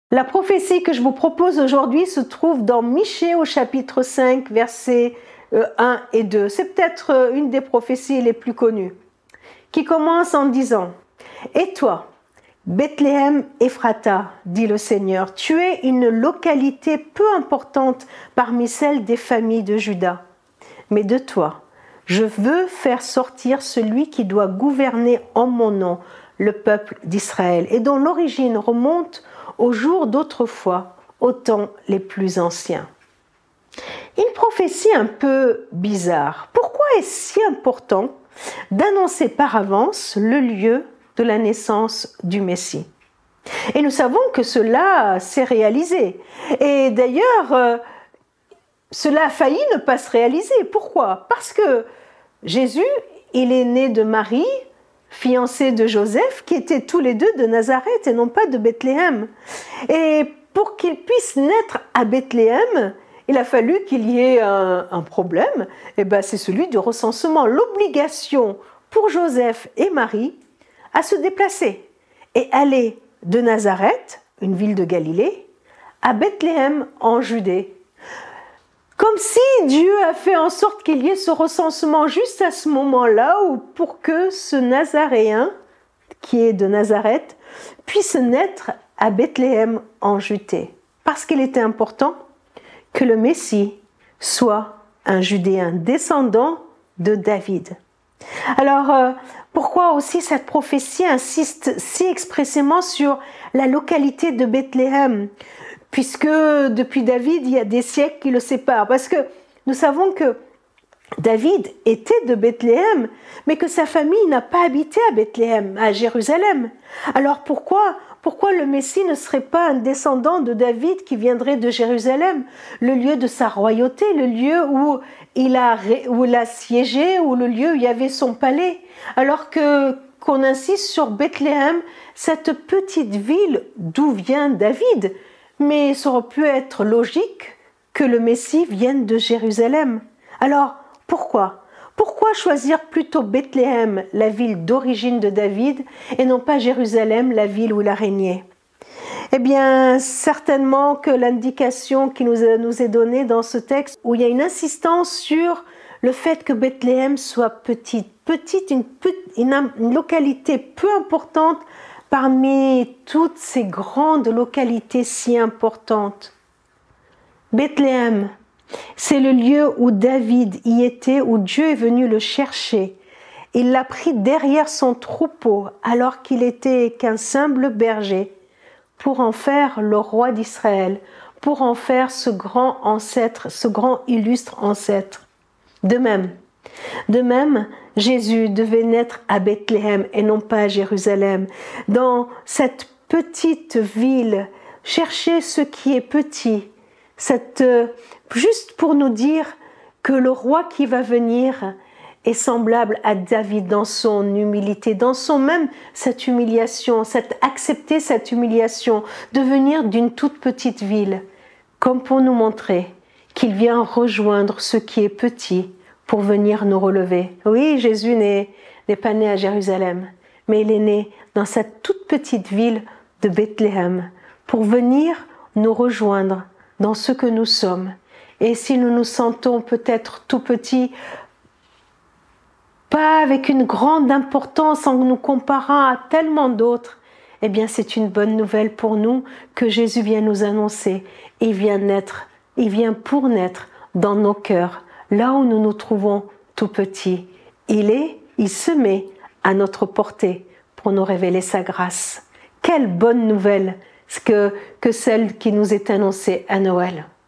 La prophétie que je vous propose aujourd'hui se trouve dans Michée au chapitre 5, versets 1 et 2. C'est peut-être une des prophéties les plus connues, qui commence en disant « Et toi, Bethléem Ephrata, dit le Seigneur, tu es une localité peu importante parmi celles des familles de Juda. Mais de toi, je veux faire sortir celui qui doit gouverner en mon nom le peuple d'Israël et dont l'origine remonte aux jours d'autrefois, aux temps les plus anciens. » Une prophétie un peu bizarre. Pourquoi est-ce si important d'annoncer par avance le lieu de la naissance du Messie? Et nous savons que cela s'est réalisé. Et d'ailleurs, cela a failli ne pas se réaliser. Pourquoi? Parce que Jésus, il est né de Marie, fiancée de Joseph, qui étaient tous les deux de Nazareth et non pas de Bethléem. Et pour qu'il puisse naître à Bethléem, il a fallu qu'il y ait un problème, et ben c'est celui du recensement, l'obligation pour Joseph et Marie à se déplacer et aller de Nazareth, une ville de Galilée, à Bethléem en Judée. Comme si Dieu a fait en sorte qu'il y ait ce recensement juste à ce moment-là, ou pour que ce Nazaréen, qui est de Nazareth, puisse naître à Bethléem en Judée. Parce qu'il était important que le Messie soit un Judéen, descendant de David. Alors, pourquoi aussi cette prophétie insiste si expressément sur la localité de Bethléem ? Puisque depuis David, il y a des siècles qui le séparent. Parce que nous savons que David était de Bethléem, mais que sa famille n'a pas habité à Bethléem, à Jérusalem. Alors pourquoi le Messie ne serait pas un descendant de David qui viendrait de Jérusalem, le lieu de sa royauté, le lieu où il a siégé, ou le lieu où il y avait son palais, alors qu'on insiste sur Bethléem, cette petite ville d'où vient David. Mais ça aurait pu être logique que le Messie vienne de Jérusalem. Alors, pourquoi? Pourquoi choisir plutôt Bethléem, la ville d'origine de David, et non pas Jérusalem, la ville où il a régné? Eh bien, certainement que l'indication qui nous est donnée dans ce texte, où il y a une insistance sur le fait que Bethléem soit petite, une localité peu importante parmi toutes ces grandes localités si importantes. Bethléem, c'est le lieu où David y était, où Dieu est venu le chercher. Il l'a pris derrière son troupeau alors qu'il était qu'un simple berger pour en faire le roi d'Israël, pour en faire ce grand ancêtre, ce grand illustre ancêtre. De même, Jésus devait naître à Bethléem et non pas à Jérusalem. Dans cette petite ville, chercher ce qui est petit, juste pour nous dire que le roi qui va venir est semblable à David dans son humilité, dans son même cette humiliation, accepter cette humiliation, de venir d'une toute petite ville, comme pour nous montrer qu'il vient rejoindre ce qui est petit pour venir nous relever. Oui, Jésus n'est pas né à Jérusalem, mais il est né dans cette toute petite ville de Bethléem pour venir nous rejoindre dans ce que nous sommes. Et si nous nous sentons peut-être tout petits, pas avec une grande importance en nous comparant à tellement d'autres, eh bien c'est une bonne nouvelle pour nous que Jésus vient nous annoncer. Il vient pour naître dans nos cœurs, là où nous nous trouvons tout petits. Il se met à notre portée pour nous révéler sa grâce. Quelle bonne nouvelle que celle qui nous est annoncée à Noël.